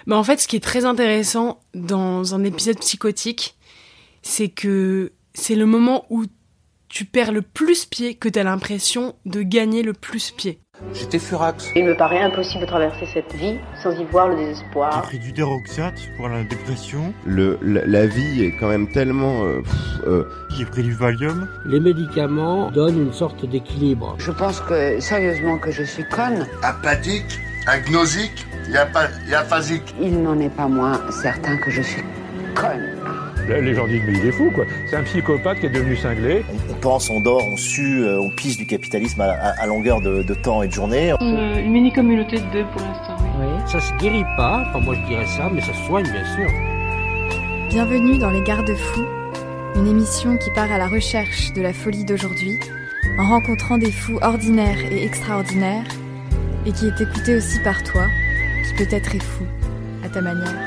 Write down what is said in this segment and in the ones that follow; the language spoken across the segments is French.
Bah en fait, ce qui est très intéressant dans un épisode psychotique, c'est que c'est le moment où tu perds le plus pied que t'as l'impression de gagner le plus pied. J'étais furax. Il me paraît impossible de traverser cette vie sans y voir le désespoir. J'ai pris du Deroxate pour la dépression. La vie est quand même tellement... J'ai pris du Valium. Les médicaments donnent une sorte d'équilibre. Je pense que, sérieusement, que je suis conne. Apathique, agnosique, aphasique. Il n'en est pas moins certain que je suis conne. Les gens disent mais il est fou quoi. C'est un psychopathe qui est devenu cinglé. On pense, on dort, on sue, on pisse du capitalisme à longueur de temps et de journée. Une mini-communauté de deux pour l'instant, oui. Ça se guérit pas, enfin moi je dirais ça, mais ça se soigne bien sûr. Bienvenue dans Les Garde-Fous, une émission qui part à la recherche de la folie d'aujourd'hui, en rencontrant des fous ordinaires et extraordinaires, et qui est écoutée aussi par toi, qui peut-être est fou, à ta manière.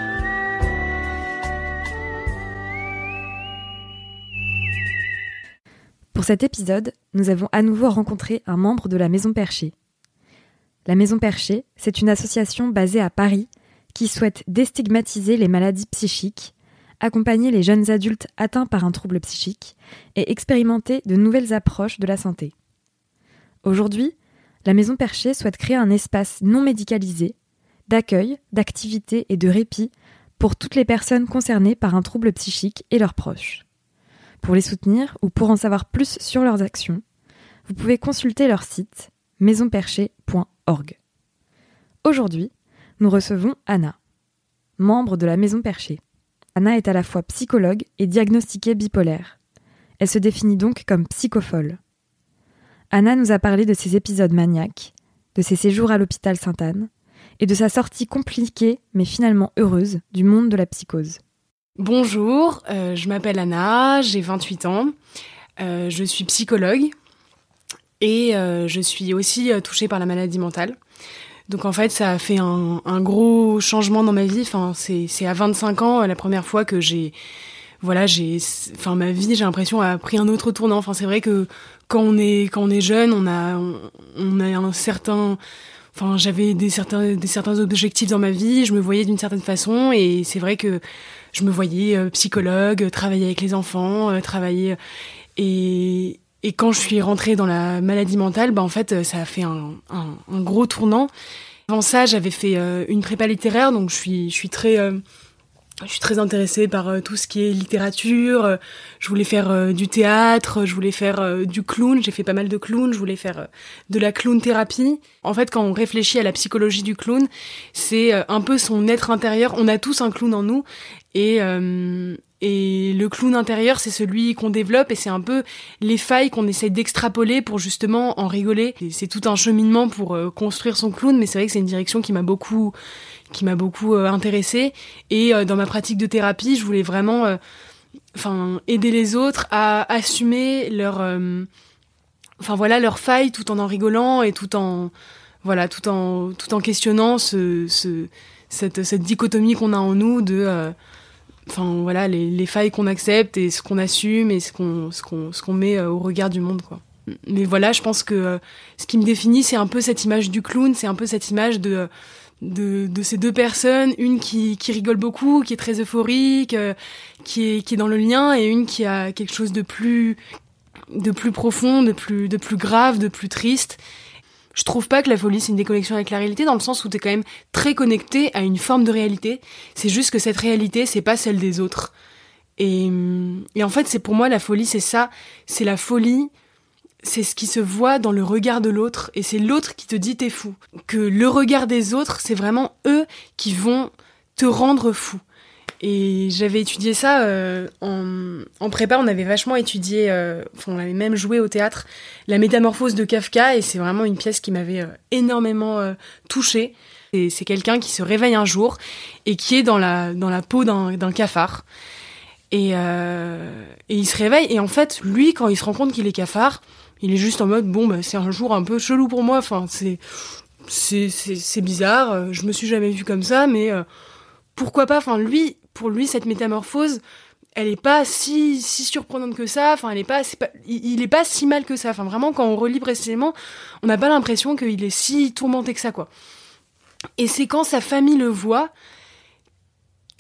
Pour cet épisode, nous avons à nouveau rencontré un membre de la Maison Perchée. La Maison Perchée, c'est une association basée à Paris qui souhaite déstigmatiser les maladies psychiques, accompagner les jeunes adultes atteints par un trouble psychique et expérimenter de nouvelles approches de la santé. Aujourd'hui, la Maison Perchée souhaite créer un espace non médicalisé, d'accueil, d'activité et de répit pour toutes les personnes concernées par un trouble psychique et leurs proches. Pour les soutenir ou pour en savoir plus sur leurs actions, vous pouvez consulter leur site maisonperchée.org. Aujourd'hui, nous recevons Anna, membre de la Maison Perchée. Anna est à la fois psychologue et diagnostiquée bipolaire. Elle se définit donc comme psychofolle. Anna nous a parlé de ses épisodes maniaques, de ses séjours à l'hôpital Sainte-Anne et de sa sortie compliquée mais finalement heureuse du monde de la psychose. Bonjour, je m'appelle Anna, j'ai 28 ans, je suis psychologue et je suis aussi touchée par la maladie mentale. Donc en fait, ça a fait un gros changement dans ma vie. Enfin, c'est à 25 ans la première fois que ma vie, j'ai l'impression, a pris un autre tournant. Enfin, c'est vrai que quand on est jeune, on a un certain... Enfin, j'avais des certains objectifs dans ma vie, je me voyais d'une certaine façon et c'est vrai que je me voyais psychologue, travailler avec les enfants, travailler... Et quand je suis rentrée dans la maladie mentale, en fait, ça a fait un gros tournant. Avant ça, j'avais fait une prépa littéraire, donc je suis très intéressée par tout ce qui est littérature. Je voulais faire du théâtre, je voulais faire du clown. J'ai fait pas mal de clown. Je voulais faire de la clown-thérapie. En fait, quand on réfléchit à la psychologie du clown, c'est un peu son être intérieur. On a tous un clown en nous. Et le clown intérieur, c'est celui qu'on développe et c'est un peu les failles qu'on essaie d'extrapoler pour justement en rigoler. Et c'est tout un cheminement pour construire son clown, mais c'est vrai que c'est une direction qui m'a beaucoup intéressée. Et dans ma pratique de thérapie, je voulais vraiment aider les autres à assumer leurs failles tout en rigolant et tout en questionnant cette dichotomie qu'on a en nous de les failles qu'on accepte et ce qu'on assume et ce qu'on met au regard du monde, quoi. Mais voilà, je pense que ce qui me définit, c'est un peu cette image du clown, c'est un peu cette image de ces deux personnes, une qui rigole beaucoup, qui est très euphorique, qui est dans le lien, et une qui a quelque chose de plus profond, de plus grave, de plus triste. Je trouve pas que la folie c'est une déconnexion avec la réalité, dans le sens où t'es quand même très connecté à une forme de réalité. C'est juste que cette réalité, c'est pas celle des autres. Et en fait, c'est pour moi la folie, c'est ça. C'est la folie, c'est ce qui se voit dans le regard de l'autre, et c'est l'autre qui te dit t'es fou. Que le regard des autres, c'est vraiment eux qui vont te rendre fou. Et j'avais étudié ça en prépa, on avait vachement étudié, on avait même joué au théâtre, La Métamorphose de Kafka, et c'est vraiment une pièce qui m'avait énormément touchée. Et c'est quelqu'un qui se réveille un jour et qui est dans la peau d'un cafard. Et il se réveille, et en fait, lui, quand il se rend compte qu'il est cafard, il est juste en mode, c'est un jour un peu chelou pour moi, enfin, c'est bizarre, je me suis jamais vue comme ça, mais pourquoi pas, enfin, pour lui, cette métamorphose, elle est pas si surprenante que ça, enfin, il est pas si mal que ça, enfin, vraiment, quand on relit précisément, on n'a pas l'impression qu'il est si tourmenté que ça, quoi. Et c'est quand sa famille le voit,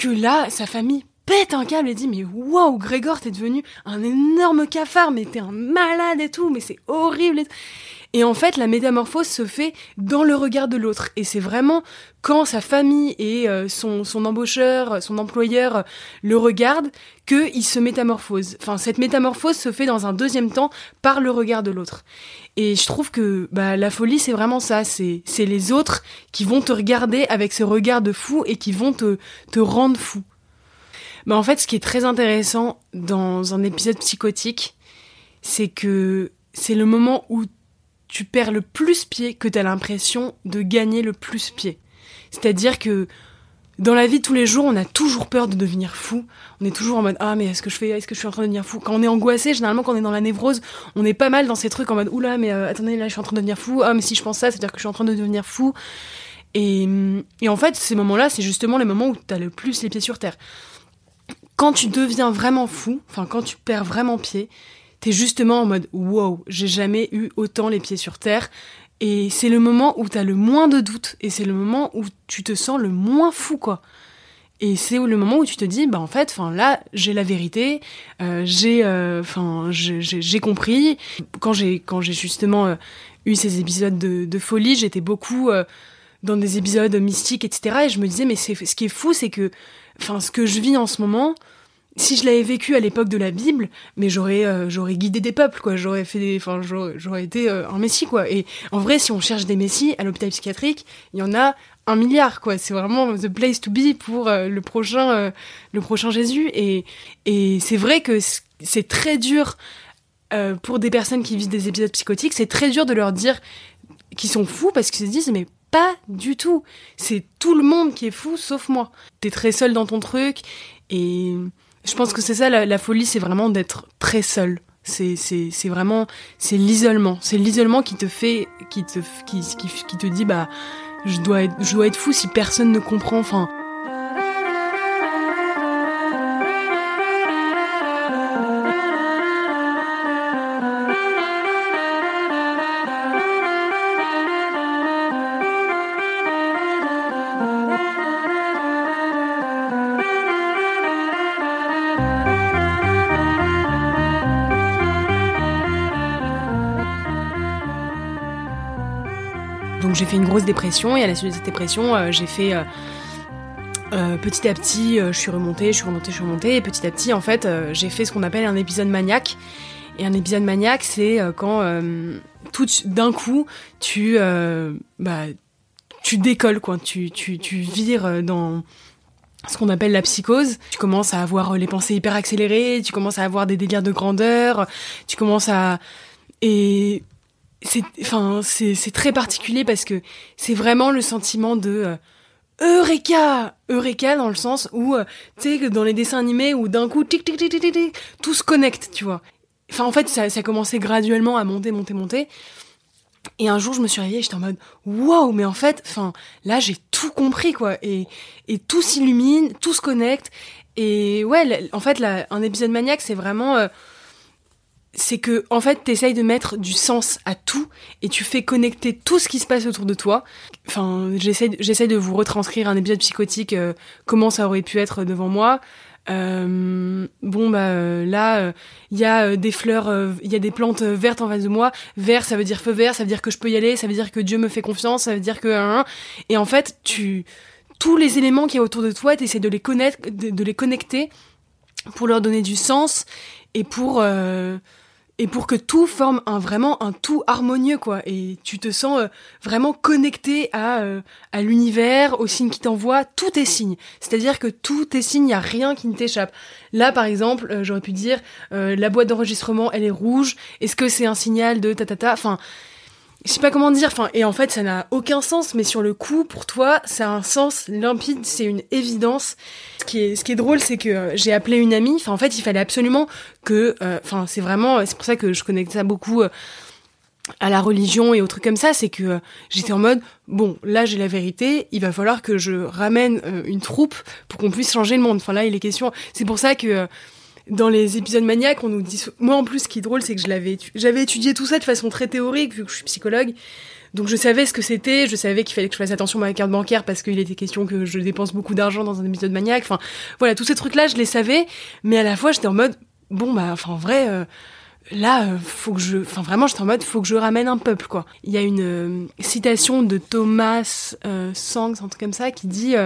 que là, sa famille pète un câble et dit mais waouh, Grégor, t'es devenu un énorme cafard, mais t'es un malade et tout, mais c'est horrible. Et en fait, la métamorphose se fait dans le regard de l'autre. Et c'est vraiment quand sa famille et son embaucheur, son employeur le regardent, qu'il se métamorphose. Enfin, cette métamorphose se fait dans un deuxième temps par le regard de l'autre. Et je trouve que la folie, c'est vraiment ça. C'est les autres qui vont te regarder avec ce regard de fou et qui vont te rendre fou. En fait, ce qui est très intéressant dans un épisode psychotique, c'est que c'est le moment où tu perds le plus pied que t'as l'impression de gagner le plus pied. C'est-à-dire que dans la vie de tous les jours, on a toujours peur de devenir fou. On est toujours en mode « Ah, mais est-ce que je suis en train de devenir fou ?» Quand on est angoissé, généralement, quand on est dans la névrose, on est pas mal dans ces trucs en mode « Oula, mais attendez, là, je suis en train de devenir fou. Ah, mais si je pense ça, c'est-à-dire que je suis en train de devenir fou. » Et en fait, ces moments-là, c'est justement les moments où t'as le plus les pieds sur terre. Quand tu deviens vraiment fou, enfin, quand tu perds vraiment pied, t'es justement en mode « Wow, j'ai jamais eu autant les pieds sur terre ». Et c'est le moment où t'as le moins de doutes. Et c'est le moment où tu te sens le moins fou, quoi. Et c'est le moment où tu te dis, en fait, là, j'ai la vérité, j'ai compris. Quand j'ai justement eu ces épisodes de folie, j'étais beaucoup dans des épisodes mystiques, etc. Et je me disais, mais ce qui est fou, c'est que, ce que je vis en ce moment, si je l'avais vécu à l'époque de la Bible, mais j'aurais guidé des peuples, quoi. J'aurais été un messie, quoi. Et en vrai, si on cherche des messies à l'hôpital psychiatrique, il y en a 1 milliard, quoi. C'est vraiment the place to be pour le prochain Jésus. Et c'est vrai que c'est très dur pour des personnes qui vivent des épisodes psychotiques. C'est très dur de leur dire qu'ils sont fous parce qu'ils se disent mais pas du tout. C'est tout le monde qui est fou sauf moi. T'es très seul dans ton truc et je pense que c'est ça la folie, c'est vraiment d'être très seul. C'est vraiment l'isolement. C'est l'isolement qui te fait qui te dit je dois être fou si personne ne comprend. Enfin. Donc j'ai fait une grosse dépression et à la suite de cette dépression, j'ai fait petit à petit, je suis remontée et petit à petit en fait j'ai fait ce qu'on appelle un épisode maniaque. Et un épisode maniaque, c'est quand tout d'un coup tu décolles, quoi, tu vires dans ce qu'on appelle la psychose. Tu commences à avoir les pensées hyper accélérées, tu commences à avoir des délires de grandeur, tu commences à c'est très particulier parce que c'est vraiment le sentiment de Eureka dans le sens où tu sais, dans les dessins animés où d'un coup tic tic tic tic tic tout se connecte, tu vois. En fait ça commençait graduellement à monter et un jour je me suis réveillée, j'étais en mode waouh, mais en fait là j'ai tout compris, quoi, et tout s'illumine, tout se connecte. Et ouais, en fait un épisode maniaque, c'est vraiment c'est que, en fait, t'essayes de mettre du sens à tout et tu fais connecter tout ce qui se passe autour de toi. J'essaie de vous retranscrire un épisode psychotique, comment ça aurait pu être devant moi. Là, il y a des fleurs, il y a des plantes vertes en face de moi. Vert, ça veut dire feu vert, ça veut dire que je peux y aller, ça veut dire que Dieu me fait confiance, ça veut dire que... Et en fait, tous les éléments qu'il y a autour de toi, t'essaies de les connecter pour leur donner du sens et pour que tout forme vraiment un tout harmonieux, quoi. Et tu te sens vraiment connecté à l'univers, aux signes qui t'envoient. Tout est signe. C'est-à-dire que tout est signe, il n'y a rien qui ne t'échappe. Là, par exemple, j'aurais pu dire, la boîte d'enregistrement, elle est rouge. Est-ce que c'est un signal de ta-ta-ta ? Enfin, je sais pas comment dire. Et en fait, ça n'a aucun sens. Mais sur le coup, pour toi, ça a un sens limpide. C'est une évidence. Ce qui est drôle, c'est que j'ai appelé une amie. En fait, il fallait absolument que... c'est pour ça que je connecte ça beaucoup à la religion et aux trucs comme ça. C'est que j'étais en mode, bon, là, j'ai la vérité. Il va falloir que je ramène une troupe pour qu'on puisse changer le monde. Là, il est question... C'est pour ça que... dans les épisodes maniaques, on nous dit... Moi, en plus, ce qui est drôle, c'est que j'avais étudié tout ça de façon très théorique, vu que je suis psychologue. Donc je savais ce que c'était, je savais qu'il fallait que je fasse attention à ma carte bancaire parce qu'il était question que je dépense beaucoup d'argent dans un épisode maniaque. Enfin, voilà, tous ces trucs-là, je les savais, mais à la fois, j'étais en mode, bon, bah, enfin, en vrai, faut que je... Enfin, vraiment, j'étais en mode, faut que je ramène un peuple, quoi. Il y a une citation de Thomas Sangs, un truc comme ça, qui dit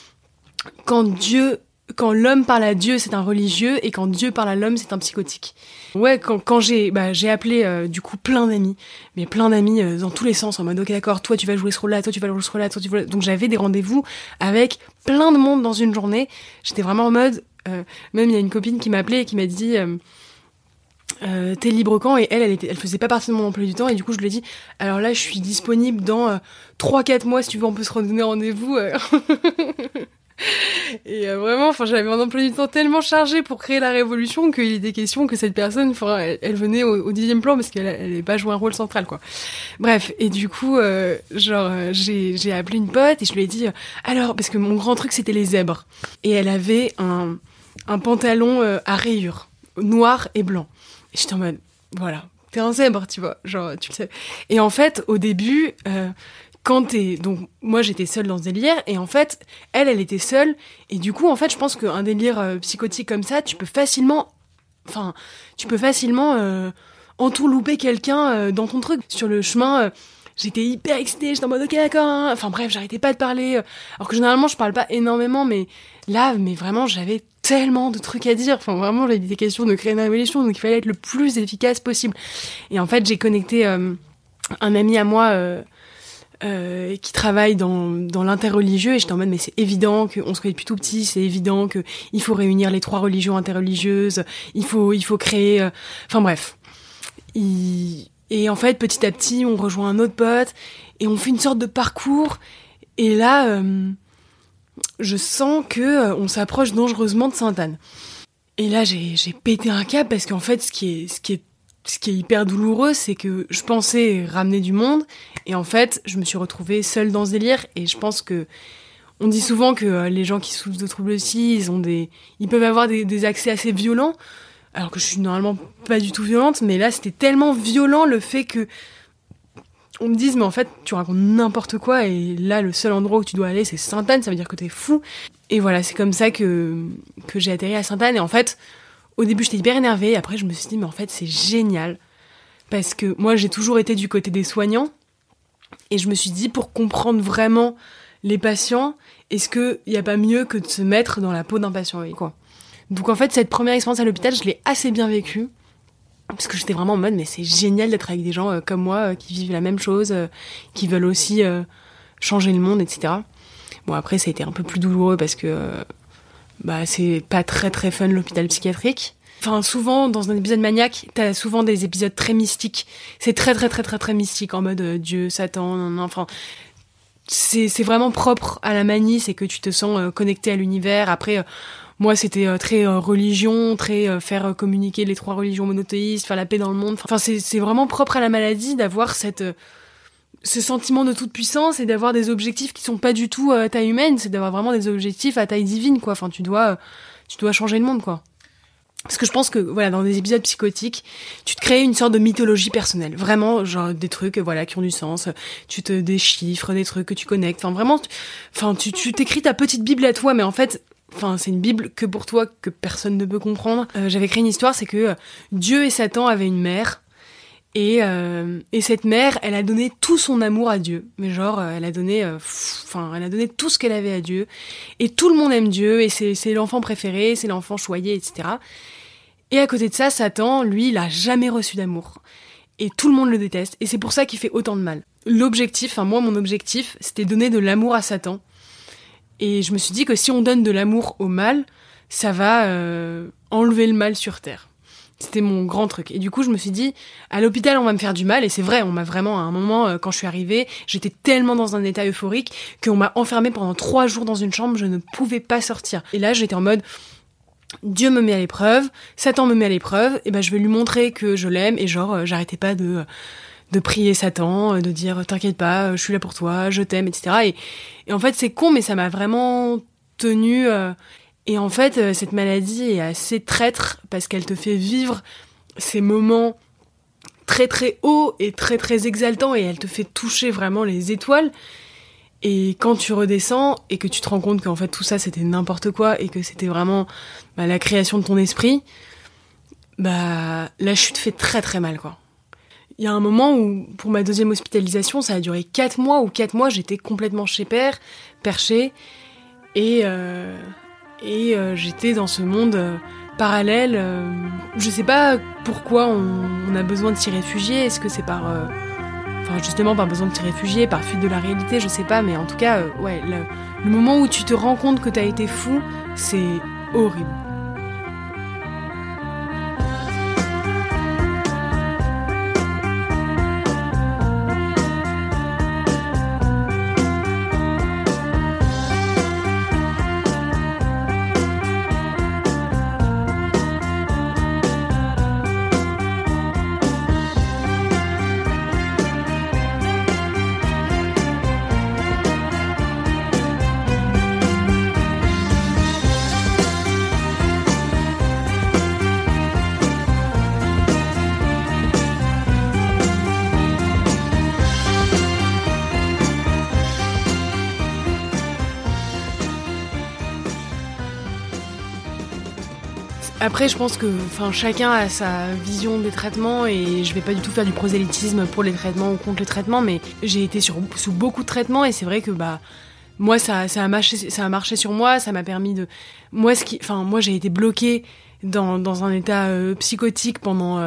quand l'homme parle à Dieu, c'est un religieux, et quand Dieu parle à l'homme, c'est un psychotique. Ouais, quand j'ai appelé du coup plein d'amis dans tous les sens, en mode ok d'accord, toi tu vas jouer ce rôle-là, toi tu vas jouer ce rôle-là, toi tu vas... Donc j'avais des rendez-vous avec plein de monde dans une journée. J'étais vraiment en mode, même il y a une copine qui m'a appelée et qui m'a dit t'es libre quand, et elle faisait pas partie de mon emploi du temps, et du coup je lui ai dit alors là je suis disponible dans 3-4 mois, si tu veux on peut se redonner rendez-vous. Et vraiment, enfin, j'avais un emploi du temps tellement chargé pour créer la révolution qu'il était question que cette personne, enfin, elle venait au 10e plan parce qu'elle n'avait pas joué un rôle central, quoi. Bref, et du coup, j'ai appelé une pote et je lui ai dit, alors, parce que mon grand truc c'était les zèbres, et elle avait un pantalon à rayures, noir et blanc. Et j'étais en mode, voilà, t'es un zèbre, tu vois, genre, tu le sais. Et en fait, au début, donc moi j'étais seule dans ce délire, et en fait elle était seule, et du coup en fait je pense qu'un délire psychotique comme ça, tu peux facilement entourlouper quelqu'un dans ton truc. Sur le chemin, j'étais hyper excitée, j'étais en mode ok d'accord, hein. Enfin bref, j'arrêtais pas de parler, alors que généralement je parle pas énormément, mais là, vraiment j'avais tellement de trucs à dire, enfin vraiment j'avais des questions de créer une révolution, donc il fallait être le plus efficace possible. Et en fait j'ai connecté un ami à moi qui travaille dans l'interreligieux, et j'étais en mode mais c'est évident qu'on se connaît depuis tout petit, c'est évident que il faut réunir les 3 religions interreligieuses, il faut créer, enfin bref. Et en fait petit à petit on rejoint un autre pote et on fait une sorte de parcours, et là je sens que on s'approche dangereusement de Sainte-Anne. Et là j'ai pété un câble, parce qu'en fait ce qui est hyper douloureux, c'est que je pensais ramener du monde, et en fait, je me suis retrouvée seule dans ce délire. Et je pense que on dit souvent que les gens qui souffrent de troubles aussi, ils peuvent avoir des accès assez violents, alors que je suis normalement pas du tout violente, mais là, c'était tellement violent le fait que on me dise, mais en fait, tu racontes n'importe quoi, et là, le seul endroit où tu dois aller, c'est Sainte-Anne, ça veut dire que t'es fou. Et voilà, c'est comme ça que j'ai atterri à Sainte-Anne, et en fait, au début, j'étais hyper énervée. Après, je me suis dit, mais en fait, c'est génial. Parce que moi, j'ai toujours été du côté des soignants. Et je me suis dit, pour comprendre vraiment les patients, est-ce qu'il n'y a pas mieux que de se mettre dans la peau d'un patient, oui, quoi. Donc, en fait, cette première expérience à l'hôpital, je l'ai assez bien vécue. Parce que j'étais vraiment en mode, mais c'est génial d'être avec des gens comme moi, qui vivent la même chose, qui veulent aussi changer le monde, etc. Bon, après, ça a été un peu plus douloureux parce que... c'est pas très très fun l'hôpital psychiatrique. Enfin, souvent, dans un épisode maniaque, t'as souvent des épisodes très mystiques. C'est très très très très très mystique, en mode Dieu, Satan, enfin... C'est vraiment propre à la manie, c'est que tu te sens connecté à l'univers. Après, moi, c'était très religion, très faire communiquer les 3 religions monothéistes, faire la paix dans le monde. Enfin, c'est vraiment propre à la maladie d'avoir ce sentiment de toute puissance, et d'avoir des objectifs qui sont pas du tout à taille humaine, c'est d'avoir vraiment des objectifs à taille divine, quoi. Enfin, tu dois changer le monde, quoi. Parce que je pense que, voilà, dans des épisodes psychotiques, tu te crées une sorte de mythologie personnelle. Vraiment, genre, des trucs, voilà, qui ont du sens. Des chiffres, des trucs que tu connectes. Enfin, vraiment, tu t'écris ta petite Bible à toi, mais en fait, c'est une Bible que pour toi, que personne ne peut comprendre. J'avais créé une histoire, c'est que Dieu et Satan avaient une mère. Et cette mère, elle a donné tout son amour à Dieu. Mais genre, elle a donné tout ce qu'elle avait à Dieu. Et tout le monde aime Dieu, et c'est l'enfant préféré, c'est l'enfant choyé, etc. Et à côté de ça, Satan, lui, il a jamais reçu d'amour. Et tout le monde le déteste. Et c'est pour ça qu'il fait autant de mal. Mon objectif, c'était donner de l'amour à Satan. Et je me suis dit que si on donne de l'amour au mal, ça va enlever le mal sur Terre. C'était mon grand truc. Et du coup, je me suis dit, à l'hôpital, on va me faire du mal. Et c'est vrai, on m'a vraiment, à un moment, quand je suis arrivée, j'étais tellement dans un état euphorique qu'on m'a enfermée pendant 3 jours dans une chambre, je ne pouvais pas sortir. Et là, j'étais en mode, Dieu me met à l'épreuve, Satan me met à l'épreuve, et je vais lui montrer que je l'aime. Et genre, j'arrêtais pas de prier Satan, de dire, t'inquiète pas, je suis là pour toi, je t'aime, etc. Et en fait, c'est con, mais ça m'a vraiment tenue... Et en fait, cette maladie est assez traître parce qu'elle te fait vivre ces moments très très haut et très très exaltant et elle te fait toucher vraiment les étoiles. Et quand tu redescends et que tu te rends compte qu'en fait tout ça c'était n'importe quoi et que c'était vraiment la création de ton esprit, la chute fait très très mal, quoi. Il y a un moment où, pour ma 2e hospitalisation, ça a duré 4 mois, où 4 mois j'étais complètement chez père, perchée, et j'étais dans ce monde parallèle. Je sais pas pourquoi on a besoin de s'y réfugier. Est-ce que c'est justement par besoin de s'y réfugier, par fuite de la réalité, je sais pas, mais en tout cas, le moment où tu te rends compte que t'as été fou, c'est horrible. Après, je pense que chacun a sa vision des traitements et je vais pas du tout faire du prosélytisme pour les traitements ou contre les traitements, mais j'ai été sous beaucoup de traitements et c'est vrai que moi ça a marché sur moi, ça m'a permis de moi j'ai été bloquée dans un état psychotique pendant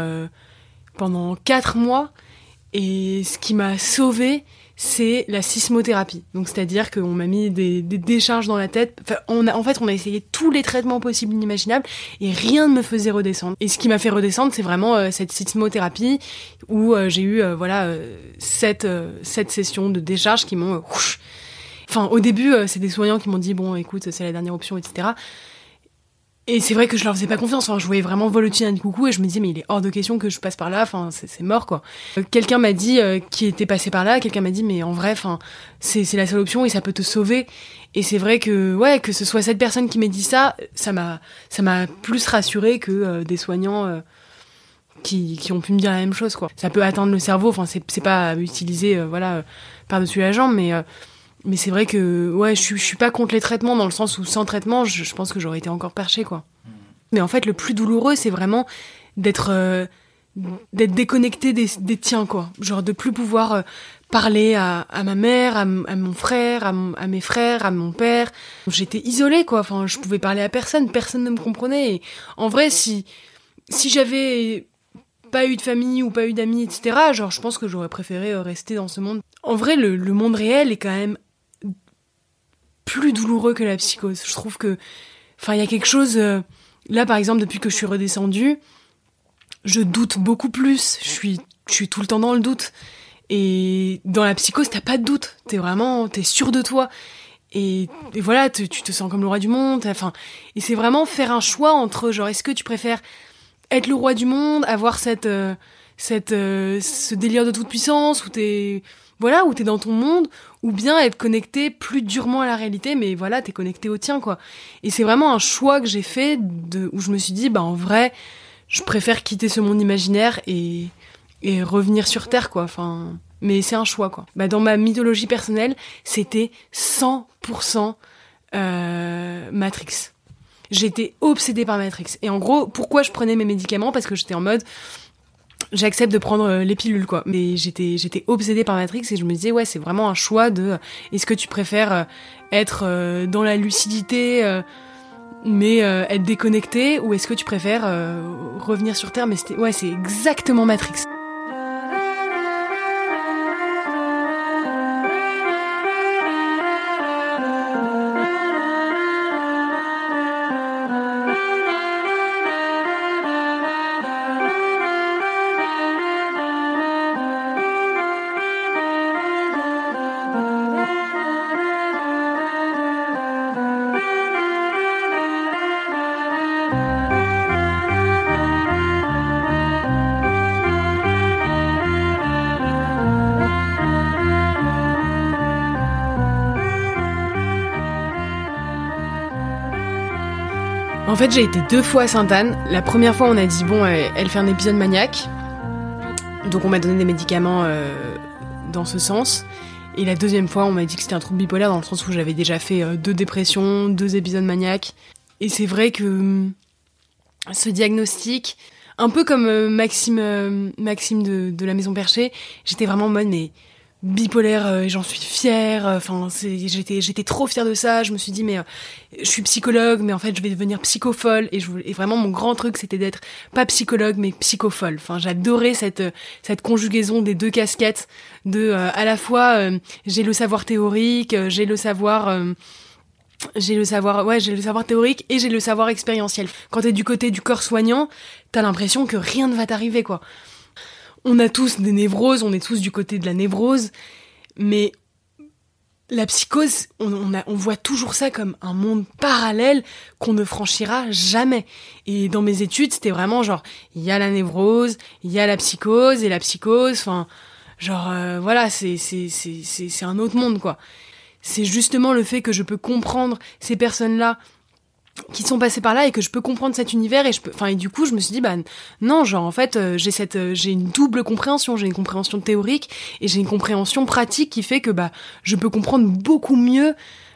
4 mois et ce qui m'a sauvée, c'est la sismothérapie. Donc c'est-à-dire qu'on m'a mis des décharges dans la tête. On a essayé tous les traitements possibles inimaginables et rien ne me faisait redescendre. Et ce qui m'a fait redescendre, c'est vraiment cette sismothérapie où j'ai eu 7 sessions de décharge qui m'ont au début, c'est des soignants qui m'ont dit bon, écoute, c'est la dernière option, etc. Et c'est vrai que je leur faisais pas confiance, je voyais vraiment volontiers un coucou et je me disais mais il est hors de question que je passe par là, c'est mort, quoi. Quelqu'un m'a dit, qui était passé par là, quelqu'un m'a dit mais en vrai, c'est la seule option et ça peut te sauver. Et c'est vrai que, que ce soit cette personne qui m'ait dit ça m'a plus rassurée que des soignants qui ont pu me dire la même chose, quoi. Ça peut atteindre le cerveau, c'est pas utilisé, par-dessus la jambe, mais c'est vrai que je suis pas contre les traitements dans le sens où sans traitement, je pense que j'aurais été encore perchée, quoi. Mais en fait, le plus douloureux, c'est vraiment d'être déconnecté des tiens, quoi. Genre de plus pouvoir parler à ma mère, à mon frère, à mes frères, à mon père. J'étais isolée, quoi. Je pouvais parler à personne ne me comprenait. Et en vrai, si j'avais pas eu de famille ou pas eu d'amis, etc., je pense que j'aurais préféré rester dans ce monde. En vrai, le monde réel est quand même plus douloureux que la psychose. Je trouve que, il y a quelque chose, là par exemple, depuis que je suis redescendue, je doute beaucoup plus, je suis tout le temps dans le doute. Et dans la psychose, t'as pas de doute, t'es sûr de toi. Et voilà, tu te sens comme le roi du monde, et c'est vraiment faire un choix entre, est-ce que tu préfères être le roi du monde, avoir ce délire de toute puissance, où t'es dans ton monde, ou bien être connecté plus durement à la réalité, mais t'es connecté au tien, quoi. Et c'est vraiment un choix que j'ai fait où je me suis dit, en vrai, je préfère quitter ce monde imaginaire et revenir sur Terre, quoi. Mais c'est un choix, quoi. Dans ma mythologie personnelle, c'était 100% Matrix. J'étais obsédée par Matrix. Et en gros, pourquoi je prenais mes médicaments ? Parce que j'étais en mode, j'accepte de prendre les pilules, quoi. Mais j'étais obsédée par Matrix et je me disais, c'est vraiment un choix de, est-ce que tu préfères être dans la lucidité, mais être déconnecté, ou est-ce que tu préfères revenir sur Terre ? Mais c'est exactement Matrix. En fait, j'ai été 2 fois à Sainte-Anne. La première fois, on a dit, elle fait un épisode maniaque. Donc on m'a donné des médicaments dans ce sens. Et la deuxième fois, on m'a dit que c'était un trouble bipolaire dans le sens où j'avais déjà fait 2 dépressions, 2 épisodes maniaques. Et c'est vrai que ce diagnostic, un peu comme Maxime de la Maison Perchée, j'étais vraiment en mode mais bipolaire, j'en suis fière. Enfin, j'étais trop fière de ça. Je me suis dit mais je suis psychologue, mais en fait je vais devenir psychofolle. Et vraiment mon grand truc c'était d'être pas psychologue mais psychofolle. Enfin, j'adorais cette conjugaison des 2 casquettes de à la fois j'ai le savoir théorique, j'ai le savoir théorique et j'ai le savoir expérientiel. Quand t'es du côté du corps soignant, t'as l'impression que rien ne va t'arriver, quoi. On a tous des névroses, on est tous du côté de la névrose, mais la psychose, on voit toujours ça comme un monde parallèle qu'on ne franchira jamais. Et dans mes études, c'était vraiment genre, il y a la névrose, il y a la psychose, et la psychose, enfin, genre, voilà, c'est un autre monde, quoi. C'est justement le fait que je peux comprendre ces personnes-là qui sont passées par là et que je peux comprendre cet univers et du coup je me suis dit non, genre en fait j'ai une double compréhension, j'ai une compréhension théorique et j'ai une compréhension pratique qui fait que je peux comprendre beaucoup mieux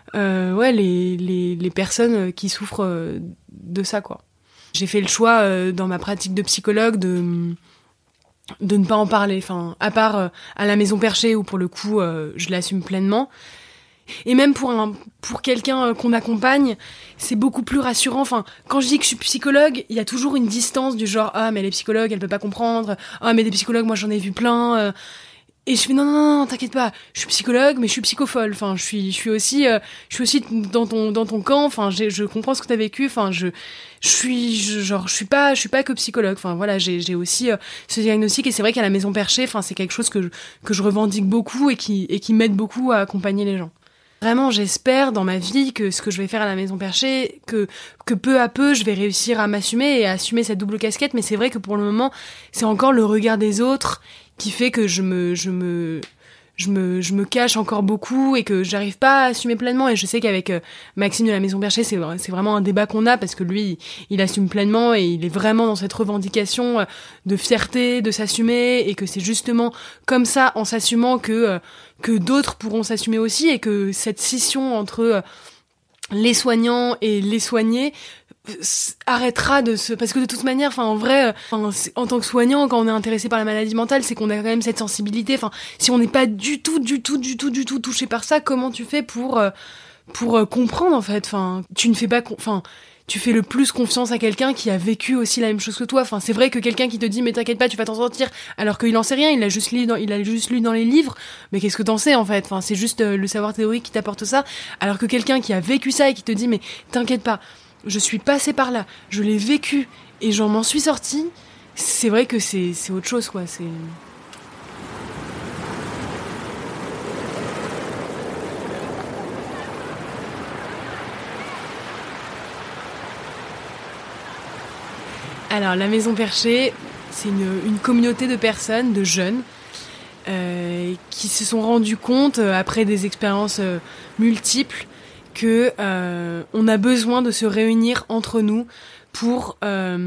les personnes qui souffrent de ça, quoi. J'ai fait le choix dans ma pratique de psychologue de ne pas en parler, enfin à part à la Maison Perchée où pour le coup je l'assume pleinement. Et même pour quelqu'un qu'on accompagne, c'est beaucoup plus rassurant. Enfin, quand je dis que je suis psychologue, il y a toujours une distance du genre mais elle est psychologue, elle peut pas comprendre. Mais des psychologues, moi j'en ai vu plein. Et je fais non, t'inquiète pas, je suis psychologue, mais je suis psychofolle. Enfin, je suis aussi dans ton camp. Enfin, je comprends ce que t'as vécu. Enfin, je suis pas que psychologue. Enfin, voilà, j'ai aussi ce diagnostic et c'est vrai qu'à la Maison Perchée, enfin, c'est quelque chose que je revendique beaucoup et qui m'aide beaucoup à accompagner les gens. Vraiment, j'espère dans ma vie que ce que je vais faire à la Maison Perchée, que peu à peu, je vais réussir à m'assumer et à assumer cette double casquette. Mais c'est vrai que pour le moment, c'est encore le regard des autres qui fait que je me cache encore beaucoup et que j'arrive pas à assumer pleinement. Et je sais qu'avec Maxime de la Maison Perchée, c'est vraiment un débat qu'on a parce que lui, il assume pleinement et il est vraiment dans cette revendication de fierté, de s'assumer et que c'est justement comme ça, en s'assumant que d'autres pourront s'assumer aussi et que cette scission entre les soignants et les soignés arrêtera parce que de toute manière, enfin en vrai, en tant que soignant, quand on est intéressé par la maladie mentale, c'est qu'on a quand même cette sensibilité. Enfin, si on n'est pas du tout touché par ça, comment tu fais pour comprendre en fait? Enfin, tu ne fais pas, tu fais le plus confiance à quelqu'un qui a vécu aussi la même chose que toi. Enfin, c'est vrai que quelqu'un qui te dit mais t'inquiète pas, tu vas t'en sortir, alors qu'il en sait rien, il a juste lu dans les livres. Mais qu'est-ce que t'en sais en fait? Enfin, c'est juste le savoir théorique qui t'apporte ça, alors que quelqu'un qui a vécu ça et qui te dit mais t'inquiète pas, je suis passée par là, je l'ai vécu et j'en m'en suis sortie. C'est vrai que c'est autre chose, quoi. C'est Alors, la Maison Perchée, c'est une communauté de personnes, de jeunes, qui se sont rendus compte, après des expériences multiples, que on a besoin de se réunir entre nous pour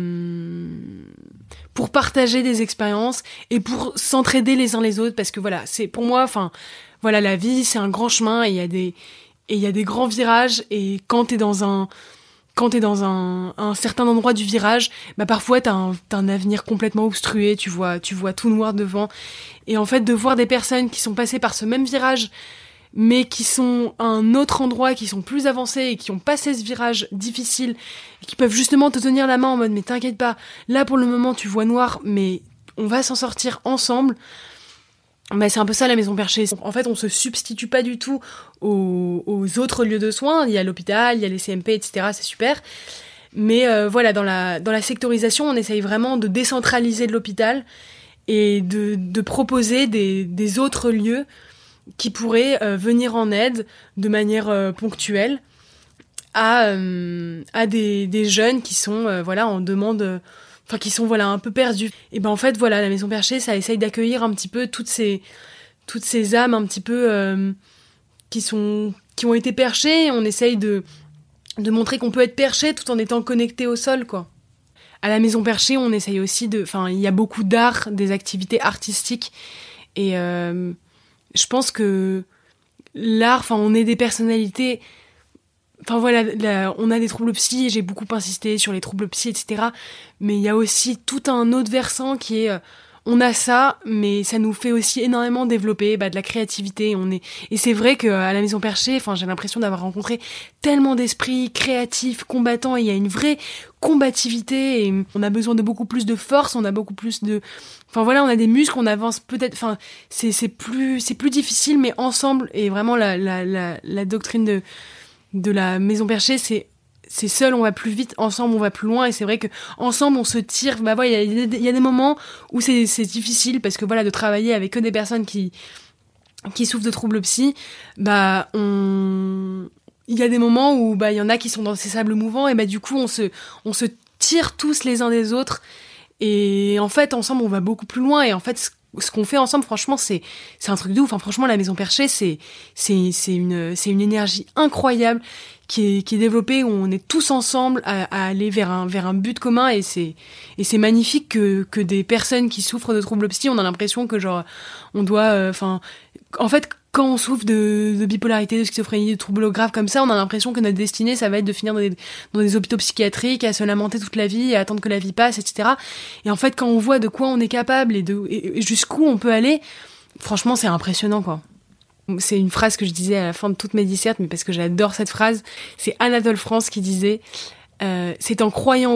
partager des expériences et pour s'entraider les uns les autres. Parce que voilà, c'est pour moi, enfin, voilà, la vie, c'est un grand chemin et il y a des grands virages. Et quand t'es dans un certain endroit du virage, parfois t'as un avenir complètement obstrué, tu vois tout noir devant. Et en fait, de voir des personnes qui sont passées par ce même virage, mais qui sont à un autre endroit, qui sont plus avancées et qui ont passé ce virage difficile, et qui peuvent justement te tenir la main en mode mais t'inquiète pas, là pour le moment tu vois noir, mais on va s'en sortir ensemble. C'est un peu ça la Maison Perchée. En fait, on se substitue pas du tout aux autres lieux de soins. Il y a l'hôpital, il y a les CMP, etc. C'est super. Mais voilà, dans la sectorisation, on essaye vraiment de décentraliser de l'hôpital et de proposer des autres lieux qui pourraient venir en aide de manière ponctuelle à des jeunes qui sont en demande. Enfin, qui sont un peu perdus. Et en fait voilà, la Maison Perchée, ça essaye d'accueillir un petit peu toutes ces âmes un petit peu qui ont été perchées. On essaye de montrer qu'on peut être perché tout en étant connecté au sol, quoi. à la Maison Perchée, on essaye aussi il y a beaucoup d'art, des activités artistiques. Et je pense que l'art, on est des personnalités. On a des troubles psy, j'ai beaucoup insisté sur les troubles psy, etc. Mais il y a aussi tout un autre versant qui est, on a ça, mais ça nous fait aussi énormément développer de la créativité. Et c'est vrai qu'à la Maison Perchée, j'ai l'impression d'avoir rencontré tellement d'esprits créatifs, combattants, et il y a une vraie combativité, et on a besoin de beaucoup plus de force, on a beaucoup plus de... on a des muscles, on avance peut-être... c'est plus difficile, mais ensemble, et vraiment la doctrine de la Maison Perchée, c'est seul on va plus vite, ensemble on va plus loin, et c'est vrai que ensemble on se tire. Il y a des moments où c'est difficile, parce que de travailler avec que des personnes qui souffrent de troubles psy, il y a des moments où il y en a qui sont dans ces sables mouvants, et du coup on se tire tous les uns des autres, et en fait ensemble on va beaucoup plus loin. Et en fait ce qu'on fait ensemble, franchement, c'est un truc de ouf. Franchement, la Maison Perchée, c'est une énergie incroyable qui est développée, où on est tous ensemble à aller vers un but commun, et c'est magnifique que des personnes qui souffrent de troubles psy, on a l'impression que on doit, en fait, quand on souffre de bipolarité, de schizophrénie, de troubles graves comme ça, on a l'impression que notre destinée, ça va être de finir dans des hôpitaux psychiatriques, à se lamenter toute la vie, à attendre que la vie passe, etc. Et en fait, quand on voit de quoi on est capable et jusqu'où on peut aller, franchement, c'est impressionnant, quoi. C'est une phrase que je disais à la fin de toutes mes dissertes, mais parce que j'adore cette phrase. C'est Anatole France qui disait c'est en croyant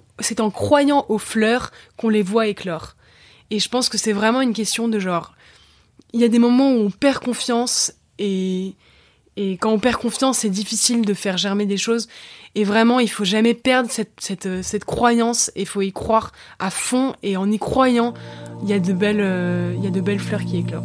aux fleurs qu'on les voit éclore. Et je pense que c'est vraiment une question de il y a des moments où on perd confiance, et quand on perd confiance, c'est difficile de faire germer des choses. Et vraiment, il faut jamais perdre cette croyance, et il faut y croire à fond, et en y croyant, il y a de belles fleurs qui éclorent.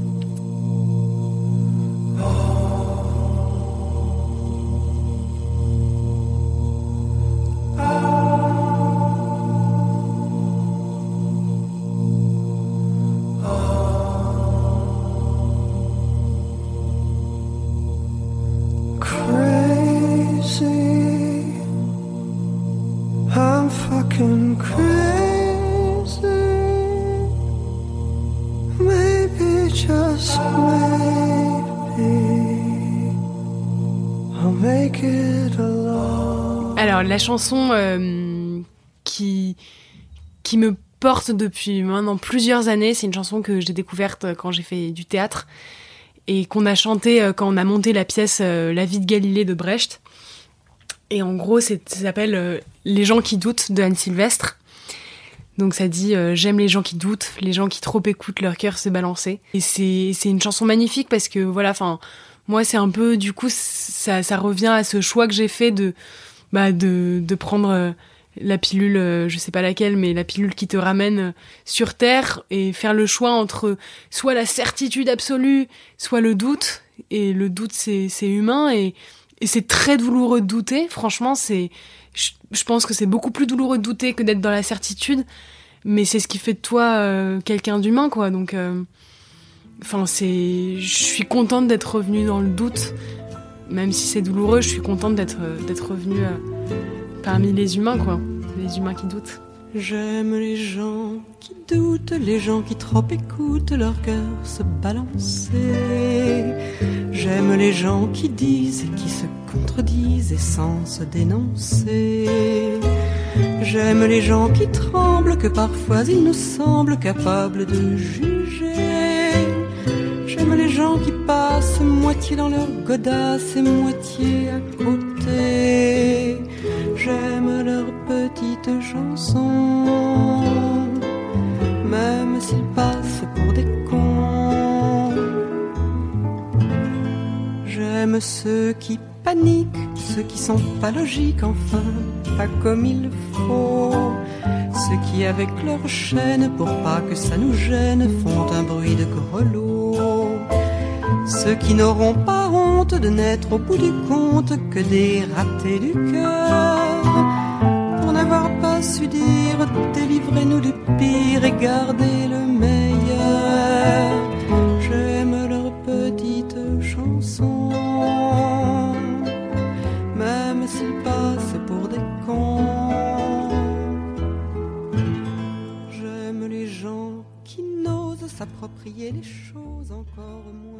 Alors, la chanson qui me porte depuis maintenant plusieurs années, c'est une chanson que j'ai découverte quand j'ai fait du théâtre, et qu'on a chantée quand on a monté la pièce La vie de Galilée de Brecht. Et en gros, ça s'appelle Les gens qui doutent de Anne Sylvestre. Donc ça dit j'aime les gens qui doutent, les gens qui trop écoutent leur cœur se balancer. Et c'est une chanson magnifique, parce que moi c'est un peu, du coup ça revient à ce choix que j'ai fait de prendre la pilule, je sais pas laquelle, mais la pilule qui te ramène sur Terre, et faire le choix entre soit la certitude absolue, soit le doute. Et le doute, c'est humain, et c'est très douloureux de douter. Franchement, je pense que c'est beaucoup plus douloureux de douter que d'être dans la certitude, mais c'est ce qui fait de toi quelqu'un d'humain, quoi. Donc, je suis contente d'être revenue dans le doute, même si c'est douloureux. Je suis contente d'être revenue parmi les humains, quoi, les humains qui doutent. J'aime les gens qui doutent, les gens qui trop écoutent leur cœur se balancer. J'aime les gens qui disent et qui se contredisent et sans se dénoncer. J'aime les gens qui tremblent, que parfois ils nous semblent capables de juger. J'aime les gens qui passent moitié dans leur godasse et moitié à côté. J'aime leurs petites chansons, même s'ils passent pour des cons. J'aime ceux qui paniquent, ceux qui sont pas logiques, enfin, pas comme il faut. Ceux qui avec leur chaîne, pour pas que ça nous gêne, font un bruit de grelot. Ceux qui n'auront pas honte de n'être au bout du compte que des ratés du cœur, pour n'avoir pas su dire délivrez-nous du pire et gardez le meilleur. J'aime leurs petites chansons, même s'ils passent pour des cons. les choses encore moins.